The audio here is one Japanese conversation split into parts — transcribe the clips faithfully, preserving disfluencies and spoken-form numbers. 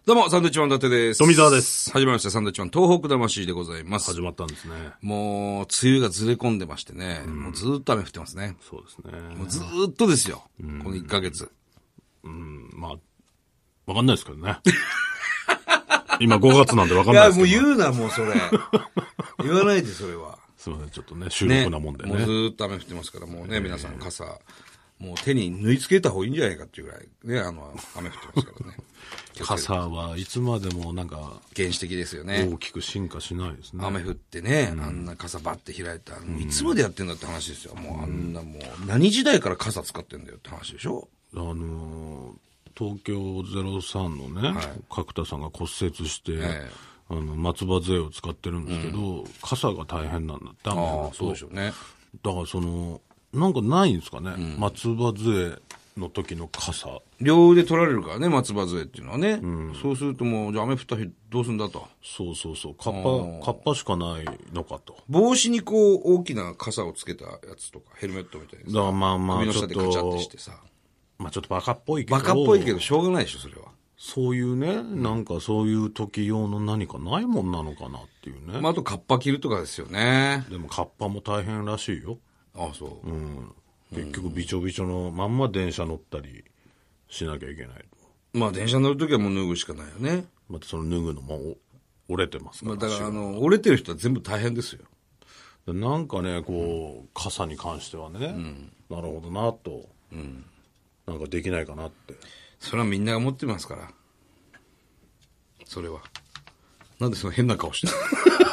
どうも、サンドウィッチマン伊達です。 富澤です。 始まりました、サンドウィッチマン東北魂でございます。 始まったんですね。 もう、梅雨がずれ込んでましてね、うん、もうずーっと雨降ってますね。 そうですね。 もうずーっとですよ。うん、このいっかげつ。 うん、まあ、わかんないですけどね。今ごがつなんでわかんないですけど。 いや、もう言うな、もうそれ。言わないで、それは。 すいません、ちょっとね、収録なもんでね。 ねもうずーっと雨降ってますから、もうね、皆さん傘、もう手に縫い付けた方がいいんじゃないかっていうぐらい、ね、あの、雨降ってますからね。 傘はいつまでもなんか原始的ですよね。 大きく進化しないですね。 雨降ってね、うん、あんな傘バッて開いた、うん、いつまでやってんだって話ですよ。もうあんなもう何時代から傘使ってんだよって話でしょ。 あのー、東京ゼロさんのね、はい、角田さんが骨折して、えー、あの松葉杖を使ってるんですけど、うん、傘が大変なんだって。ああ、そうでしょうね。 だからそのなんかないんですかね、うん、松葉杖の時の傘。 両腕取られるからね、松葉杖っていうのはね。うん、そうするともう、じゃあ雨降った日どうするんだと。 そうそうそう。カッパ、カッパしかないのかと。 帽子にこう、大きな傘をつけたやつとか、ヘルメットみたいな。 だからまあまあ、 首の下でカチャってしてさ。 まあちょっとバカっぽいけど。 バカっぽいけど、しょうがないでしょ、それは。 そういうね、うん、なんかそういう時用の何かないもんなのかなっていうね。 まああとカッパ着るとかですよね。 でもカッパも大変らしいよ。 ああ、そう。 うん。結局びちょびちょのまんま電車乗ったりしなきゃいけないと。まあ電車乗るときはもう脱ぐしかないよね。 またその脱ぐのも折れてますから。 まあだからあの、折れてる人は全部大変ですよ。 なんかね、こう、傘に関してはね、うん、なるほどなと、うん、なんかできないかなって。 それはみんなが持ってますから。それは。なんでその変な顔してる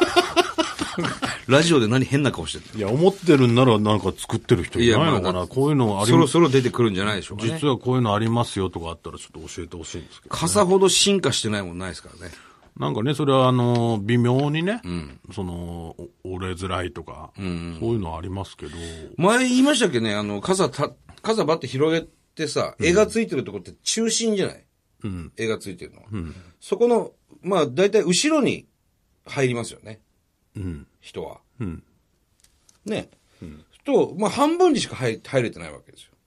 ラジオで何変な顔してる。 いや、思ってるんならなんか作ってる人いないのかな。こういうのありそろそろ出てくるんじゃないでしょうかね。 実はこういうのありますよとかあったらちょっと教えてほしいんですけど、ね。 傘ほど進化してないもんないですからね。 なんかね、それはあの、微妙にね、うん、その、折れづらいとか、うん、そういうのはありますけど。 前言いましたっけね、あの、傘た、傘バッて広げてさ、絵がついてるとこって中心じゃない、うん、絵がついてるのは。うん、そこの、まあ大体後ろに入りますよね。うん、人は。うん、ね。うん、と、まあ半分にしか 入, 入れてないわけですよ。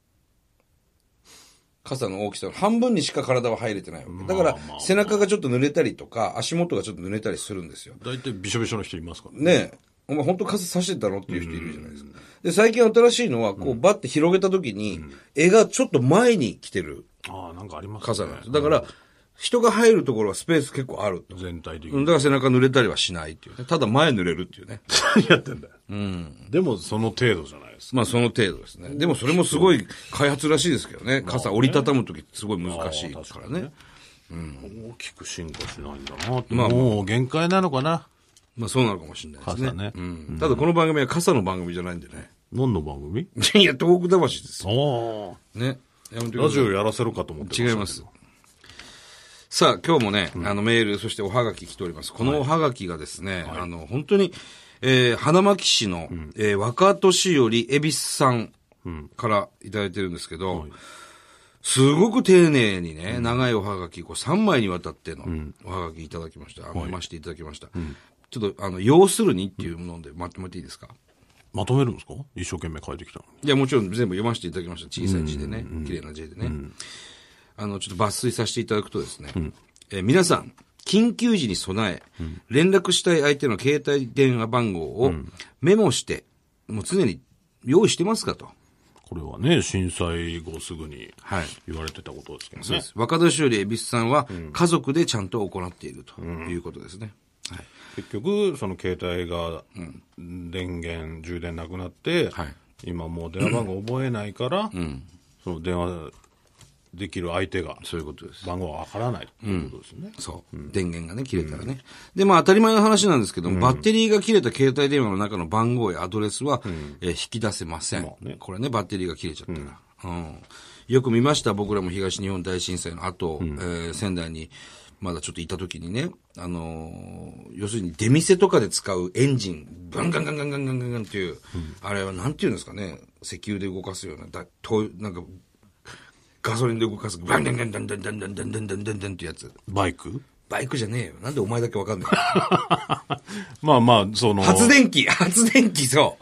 傘の大きさの半分にしか体は入れてないわけ。だから、背中がちょっと濡れたりとか、足元がちょっと濡れたりするんですよ。 大体びしょびしょの人いますからね。ねえ。お前本当傘差してたのっていう人いるじゃないですか。で、最近新しいのは、こう、バッて広げた時に、うん、絵がちょっと前に来てる。 ああ、なんかありますね。 傘なんです。だから、人が入るところはスペース結構あると。 全体的に。 だから背中濡れたりはしないっていうね。ただ前濡れるっていうね。 何やってんだよ。うん。でもその程度じゃないですか。 まあその程度ですね。でもそれもすごい開発らしいですけどね。傘折りたたむときすごい難しいからね。ねうん。大きく進化しないんだなって。まあもう限界なのかな。 まあそうなのかもしれないですね。 傘ね。 うん。ただこの番組は傘の番組じゃないんでね。 何の番組？ いや、東北魂ですよ。ああ。ね。 やめてください。ラジオやらせるかと思ってました。 違います。さあ、今日もね、うん、あのメール、そしておはがき来ております。このおはがきがですね、はい、あの、本当に、えー、花巻市の、うん、えー、若年寄り恵比寿さんからいただいてるんですけど、うん、すごく丁寧にね、うん、長いおはがき、こうさんまいにわたってのおはがきいただきました。読ませていただきました。うん、ちょっと、あの、要するにっていうものでまとめていいですか？ まとめるんですか？一生懸命書いてきたのに。 いや、もちろん全部読ませていただきました。小さい字でね、うん、綺麗な字でね。うんあの、ちょっと抜粋させていただくとですね、うんえー、皆さん、緊急時に備え、うん、連絡したい相手の携帯電話番号をメモして、うん、もう常に用意してますかと。 これはね、震災後すぐに言われてたことですけどね。 そうです。若年寄り恵比寿さんは家族でちゃんと行っているということですね。 うんはい、結局、その携帯が電源、充電なくなって、はい、今もう電話番号覚えないから、うん、その電話、できる相手が、 そういうことです。 番号がわからないということですね。 うん、そう、うん。電源がね、切れたらね。うん、で、まあ当たり前の話なんですけども、うん、バッテリーが切れた携帯電話の中の番号やアドレスは、うんえー、引き出せません、まあね。これね、バッテリーが切れちゃったら。うんうん、よく見ました、僕らも東日本大震災の後、うんえー、仙台にまだちょっといた時にね、あのー、要するに出店とかで使うエンジン、ガンガンガンガンガンガンガンガンっていう、うん、あれはなんていうんですかね、石油で動かすような、だとなんか、ガソリンで動かす、バンガンガンガンガンガンガンガンガンガンガンガンってやつ。 バイク？ バイクじゃねえよ。なんでお前だけわかんないまあまあ、その。 発電機、発電機、そう。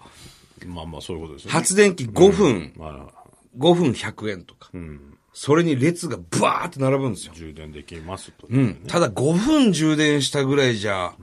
まあまあ、そういうことですよね。 発電機ごふん、うんまあ、ごふんひゃくえんとか。うん、 それに列がブワーって並ぶんですよ。 充電できますと、 ね。うん。ただごふん充電したぐらいじゃ、うん、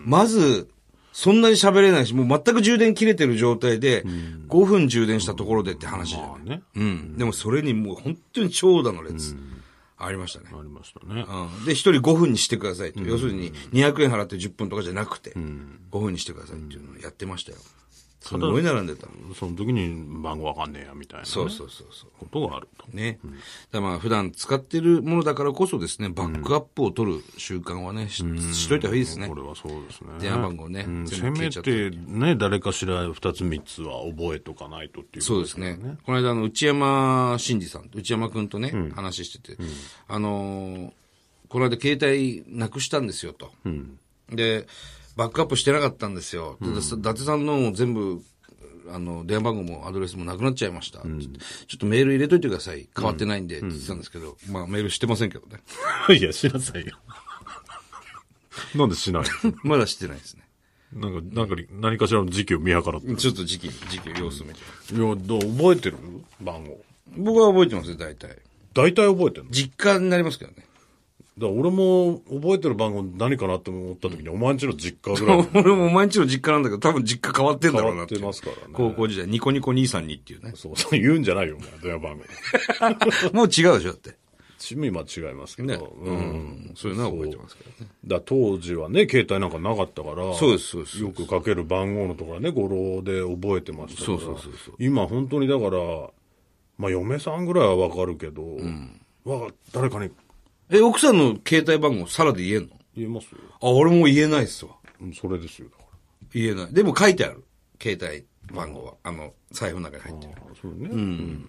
まず、そんなに喋れないし、もう全く充電切れてる状態で、ごふん充電したところでって話じゃない。うん。まあね、うん。でもそれにもう本当に長蛇の列。うんありましたね。 ありましたね。 うん。で、一人ごふんにしてくださいと。うん、要するに、にひゃくえん払ってじゅっぷんとかじゃなくて、うん、ごふんにしてくださいっていうのをやってましたよ。すごい並んでた。 その時に番号わかんねえや、みたいな、ね。 そうそうそうそう。 ことがあると。 ね。うん、だまあ、普段使ってるものだからこそですね、バックアップを取る習慣はね、し、うん、しといた方がいいですね。 これはそうですね。 電話番号ね。うん、 せめてね、誰かしら二つ三つは覚えとかないとっていう、ね。 そうですね。この間、あの、内山真司さん、内山くんとね、うん、話してて、うん、あのー、この間携帯なくしたんですよと。うん、で、バックアップしてなかったんですよ。で、うん、伊達さんの全部、あの、電話番号もアドレスもなくなっちゃいました。うん、ちょっとメール入れといてください。変わってないんで、って言ってたんですけど、うん、まあメールしてませんけどね。 いや、しなさいよ。なんでしないのまだしてないですね。 なんか、なんか、何かしらの時期を見計らって。 ちょっと時期、時期を様子見て。 いや、どう覚えてる番号。 僕は覚えてますよ、大体。 大体覚えてるの実家になりますけどね。 だから俺も覚えてる番号何かなって思った時に、お前んちの実家ぐらい。 俺もお前んちの実家なんだけど、多分実家変わってんだろうなって。 変わってますからね。 高校時代、ニコニコ兄さんにっていうね。 そうそう、言うんじゃないよ、お前、電話番号。もう違うでしょ、だって。 今違いますけど。 ね、うん。そういうのは覚えてますけどね。 だ当時はね、携帯なんかなかったから。 そうです、そうです。 よくかける番号のところね、語呂で覚えてましたから。 そうそうそうそう。 今本当にだから、まあ嫁さんぐらいはわかるけど、うん。わ、誰かに。 え、奥さんの携帯番号さらで言えんの？ 言えますよ。 あ、俺も言えないっすわ。 うん、それですよ、だから。 言えない。でも書いてある。携帯番号は。あの、財布の中に入ってる。 あそうね。 うん。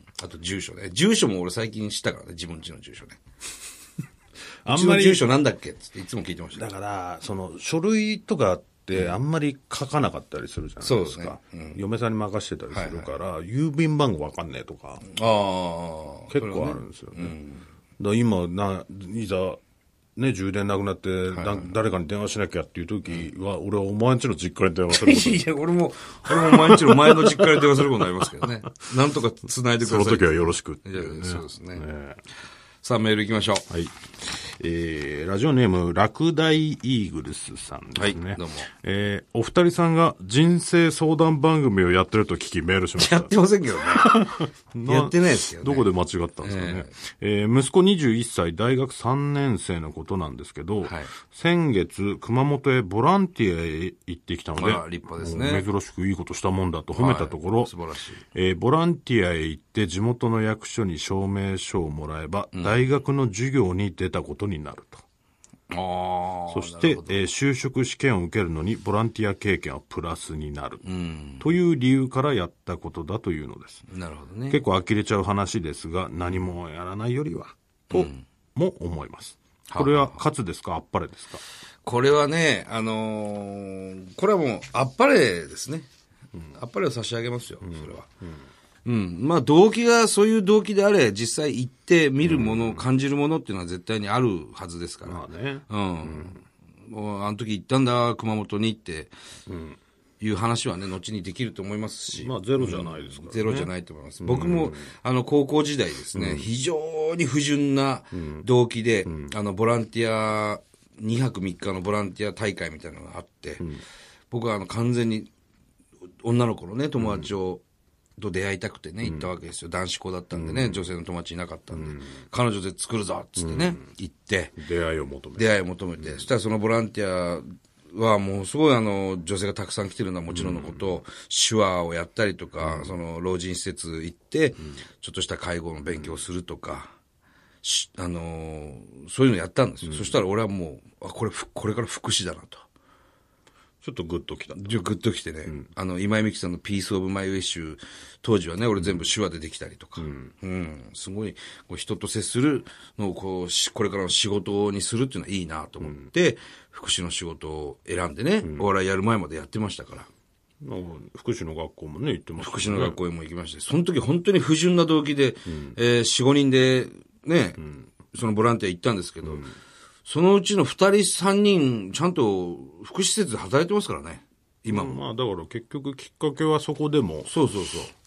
あと住所ね。住所も俺最近知ったからね、自分家の住所ね。あんまり。住所なんだっけっていつも聞いてました。 だから、その、書類とかってあんまり書かなかったりするじゃないですか。そうですね。うん、嫁さんに任してたりするから、はいはい、郵便番号わかんねえとか。ああ。結構あるんですよね。ねうん、だ今な、いざ、ね、充電なくなって、はいはい、誰かに電話しなきゃっていう時は、うん、俺はお前んちの実家に電話すること。 いや、俺も、俺もお前んちの前の実家に電話することになりますけどね。なんとか繋いでください。 その時はよろしくっていう、ね。そうですね。ねさあ、メール行きましょう。 はい。えー、ラジオネーム、落第イーグルスさんですね。はい、どうも。えー、お二人さんが人生相談番組をやってると聞きメールしました。 やってませんけどね。やってないですよね。 どこで間違ったんですかね。えー、えー、息子にじゅういっさい、大学さんねん生のことなんですけど、はい、先月、熊本へボランティアへ行ってきたので、 あ立派ですね。 珍しくいいことしたもんだと褒めたところ、はい、 素晴らしい。 えー、ボランティアへ行って地元の役所に証明書をもらえば、うん、大学の授業に出たことになると。 あそして、えー、就職試験を受けるのにボランティア経験はプラスになる、うん、という理由からやったことだというのです。 なるほどね。 結構呆れちゃう話ですが、何もやらないよりは、と、うん、も思います。これは勝つですか、あっぱれですか？ これはね、あのー、これはもうあっぱれですね。うん、あっぱれを差し上げますよ、それは。うんうんうん。まあ動機がそういう動機であれ、実際行って見るもの、うん、感じるものっていうのは絶対にあるはずですから。 まあね。 うん。うん、もうあの時行ったんだ、熊本にって、うん、いう話はね、後にできると思いますし。 まあゼロじゃないですからね。 ゼロじゃないと思います。うん、僕も、あの高校時代ですね、うん、非常に不純な動機で、うん、あのボランティア、にはくみっかのボランティア大会みたいなのがあって、うん、僕はあの完全に女の子のね、友達を、うんと出会いたくてね、行ったわけですよ。うん、男子校だったんでね、うん、女性の友達いなかったんで、うん、彼女で作るぞっつってね、うん、行って、 出会いを求めて。 出会いを求めて。うん、そしたらそのボランティアはもうすごいあの、女性がたくさん来てるのはもちろんのこと、うん、手話をやったりとか、うん、その老人施設行って、うん、ちょっとした介護の勉強をするとか、うん、あのー、そういうのやったんですよ。うん、そしたら俺はもう、あ、これ、これから福祉だなと。 ちょっとグッときた。 グッときてね、うん、あの、今井美樹さんのピースオブマイウェイ集、当時はね、俺全部手話でできたりとか、うん、うん、すごい、こう人と接するのをこう、これからの仕事にするっていうのはいいなと思って、うん、福祉の仕事を選んでね、うん、お笑いやる前までやってましたから。 福祉の学校もね、行ってましたね。 福祉の学校へも行きました。その時本当に不純な動機で、うん、えー、よん、ごにんでね、うん、そのボランティア行ったんですけど、うん、そのうちのふたりさんにんちゃんと福祉施設で働いてますからね、今も。 まあだから結局きっかけはそこでも。 そうそうそう。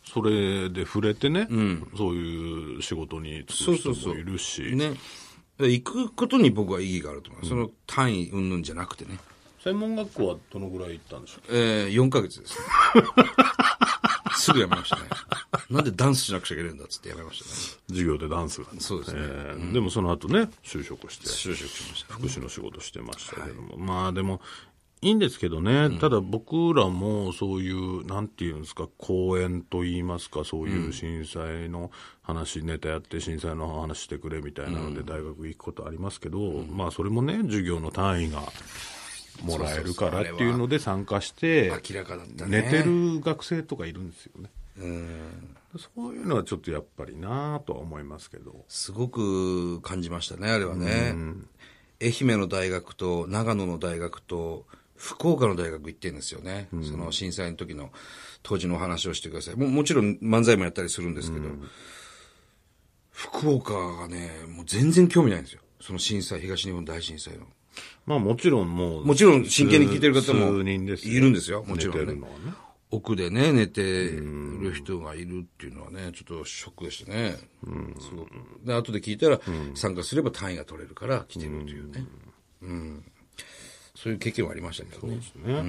それで触れてね、うん、そういう仕事に就く人もいるし。そうそうそうね。行くことに僕は意義があると思う。うん、その単位云々じゃなくてね。 専門学校はどのぐらい行ったんでしょうか？ えー、よんかげつです、ね。すぐやめましたね。なんでダンスしなくちゃいけないんだっつってやめましたね。 授業でダンスが、ね。 そうですね、 えーうん。でもその後ね、就職して。 就職しました、ね。 福祉の仕事してましたけども。はい、まあでも、いいんですけどね、うん、ただ僕らもそういう、なんていうんですか、講演といいますか、そういう震災の話、うん、ネタやって震災の話してくれみたいなので大学行くことありますけど、うん、まあそれもね、授業の単位がもらえるからっていうので参加して、 明らかだったね。 寝てる学生とかいるんですよね。うん、そういうのはちょっとやっぱりなとは思いますけど。 すごく感じましたね、あれはね。うん、愛媛の大学と長野の大学と福岡の大学行ってるんですよね、うん、その震災の時の当時のお話をしてください。 も, もちろん漫才もやったりするんですけど、うん、福岡がねもう全然興味ないんですよ、その震災、東日本大震災の。 まあもちろんもうもちろん真剣に聞いてる方もいるんですよ、もちろんね。 寝てるのはね、 奥でね寝てる人がいるっていうのはねちょっとショックでしたね、うん、すごく。で後で聞いたら、うん、参加すれば単位が取れるから来てるというね、うん、うん、そういう経験はありましたけどね。そうですね、うん、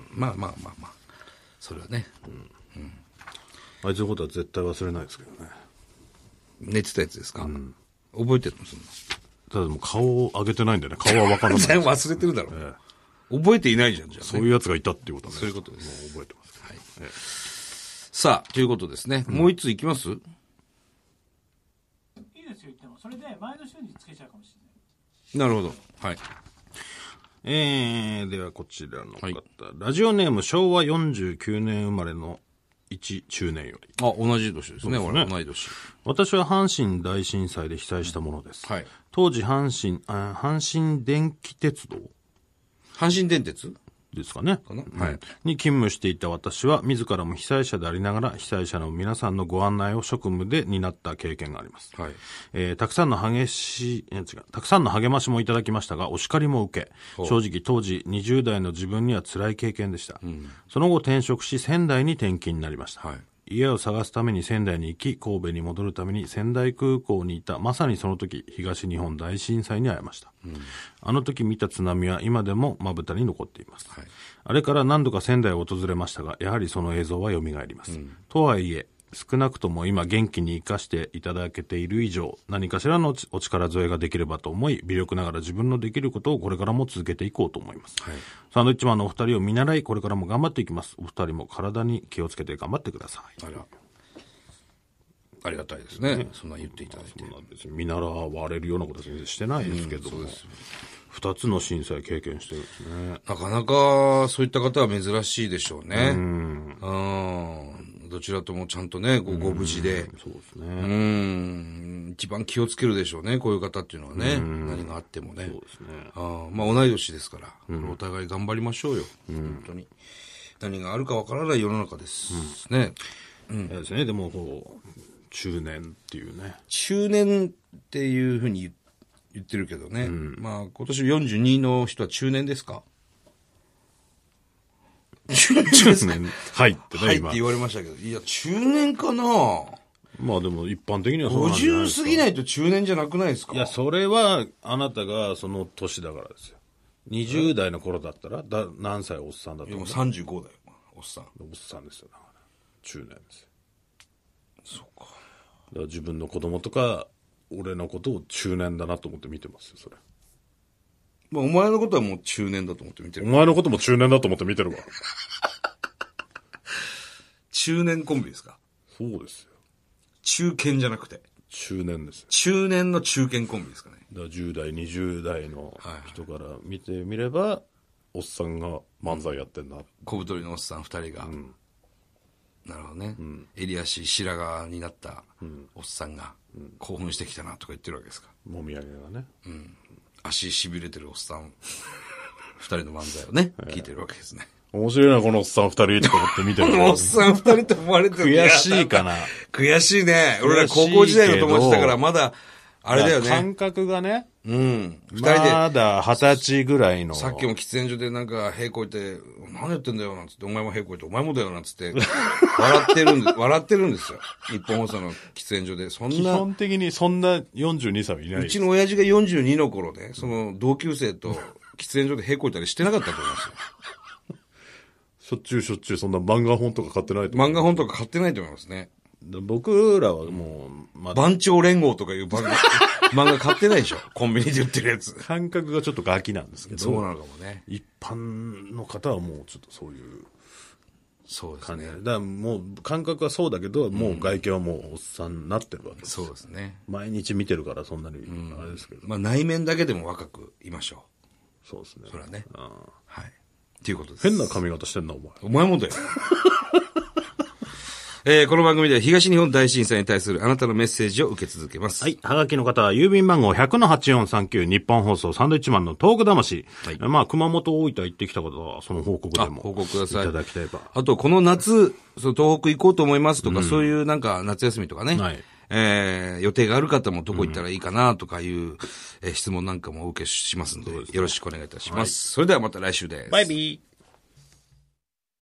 まあまあまあまあそれはね、うんうん、 あいつのことは絶対忘れないですけどね。 寝てたやつですか、うん、覚えてるのそんな。 ただもう顔を上げてないんでね、顔は分からない。 全然忘れてるだろう、ええ、覚えていないじゃん、じゃあ、ね、 そういうやつがいたっていうことはね。 そういうことです。 もう覚えてます、はい、ええ、 さあということですね、うん、もう一ついきます。いいですよ言っても、それで前の週につけちゃうかもしれない。なるほど、はい。 えー、ではこちらの方、はい、ラジオネーム昭和よんじゅうきゅうねん生まれの一中年より。 あ、同じ年ですね。俺、同い年。 私は阪神大震災で被災したものです。はい。当時阪神、あ阪神電気鉄道阪神電鉄ですかね。かな、はい。に勤務していた私は、自らも被災者でありながら、被災者の皆さんのご案内を職務で担った経験があります。はい。えー、たくさんの激しい、違う、たくさんの励ましもいただきましたが、お叱りも受け、正直当時にじゅう代の自分には辛い経験でした。うん、その後転職し、仙台に転勤になりました。はい。家を探すために仙台に行き、神戸に戻るために仙台空港にいた、まさにその時、東日本大震災に遭いました。うん、あの時見た津波は今でもまぶたに残っています。はい、あれから何度か仙台を訪れましたが、やはりその映像は蘇ります。うん、とはいえ、少なくとも今元気に生かしていただけている以上、何かしらのお力添えができればと思い、微力ながら自分のできることをこれからも続けていこうと思います。はい、サンドウィッチマンのお二人を見習い、これからも頑張っていきます。お二人も体に気をつけて頑張ってください。 あら、ありがたいですね。ね、そんな言っていただいて。 そんな別に見習われるようなことは全然してないですけども、うん、二つの震災経験してるんですね。 なかなかそういった方は珍しいでしょうね。うん。うんどちらともちゃんとね、ご, ご無事で。 そうですね。 うん。一番気をつけるでしょうね、こういう方っていうのはね。何があってもね。 そうですね。 あまあ同い年ですから、うん、お互い頑張りましょうよ。うん、本当に。何があるかわからない世の中です。うん、ね。 うん。ですね。でもこう、中年っていうね。 中年っていうふうに言ってるけどね。うん、まあ今年よんじゅうにの人は中年ですか？ 中年はいってね、 はいって言われましたけど、いや中年かな。 まあでも一般的にはそうなんじゃないですか。 ごじゅう過ぎないと中年じゃなくないですか？ いやそれはあなたがその年だからですよ。にじゅう代の頃だったらだ何歳おっさんだと思う？ さんじゅうごだよ、おっさん。 おっさんですよ、だから中年ですよ。 そうか。 だから自分の子供とか俺のことを中年だなと思って見てますよ、それ。 まあ、お前のことはもう中年だと思って見てる。 お前のことも中年だと思って見てるわ。 中年コンビですか？ そうですよ。 中堅じゃなくて。 中年ですよ。 中年の中堅コンビですかね。 だからじゅう代、にじゅう代の人から見てみれば、はいはい、おっさんが漫才やってんな。 小太りのおっさん二人が。うん、なるほどね。うん、襟足白髪になったおっさんが興奮してきたなとか言ってるわけですか。 もみあげがね。 うん。足痺れてるおっさん二人の漫才をね、えー、聞いてるわけですね。 面白いなこのおっさん二人と思って見てる。 おっさん二人と思われてる。 悔しいかな。 悔しいね。俺ら高校時代の友達だからまだあれだよね。 感覚がね、 うん。 二人で。まだ二十歳ぐらいの。 さっきも喫煙所でなんか、屁こいて、何やってんだよ、なんつって、お前も屁こいて、お前もだよ、なんつって、笑ってるんで、笑ってるんですよ。日本放送の喫煙所で。そんな。基本的にそんなよんじゅうにさいいない。 うちの親父がよんじゅうにの頃で、その同級生と喫煙所で屁こいたりしてなかったと思いますよ。 しょっちゅうしょっちゅうそんな漫画本とか買ってないと思う。漫画本とか買ってないと思いますね。 僕らはもう、 まだ。番長連合とかいう番組、漫画買ってないでしょコンビニで売ってるやつ。 感覚がちょっとガキなんですけど。 そうなのかもね。 一般の方はもうちょっとそういう。 そうですね。だからもう感覚はそうだけど、うん、もう外見はもうおっさんになってるわけです。 そうですね。 毎日見てるからそんなにあれですけど。 うん、まあ内面だけでも若くいましょう。そうですね。 それはね。あはい。っていうことです。 変な髪型してんな、お前。 お前もだよ。えー、この番組では東日本大震災に対するあなたのメッセージを受け続けます。 はい。はがきの方は郵便番号 ひゃくのはちよんさんきゅう 日本放送サンドイッチマンのトーク魂。はい。まあ、熊本大分行ってきた方はその報告でも。 報告ください。 いただきたいば。 あと、この夏、その東北行こうと思いますとか、うん、そういうなんか夏休みとかね。はい。えー、予定がある方もどこ行ったらいいかなとかいう、うん、えー、質問なんかもお受けしますので、よろしくお願いいたします。はい、それではまた来週です。 バイビー。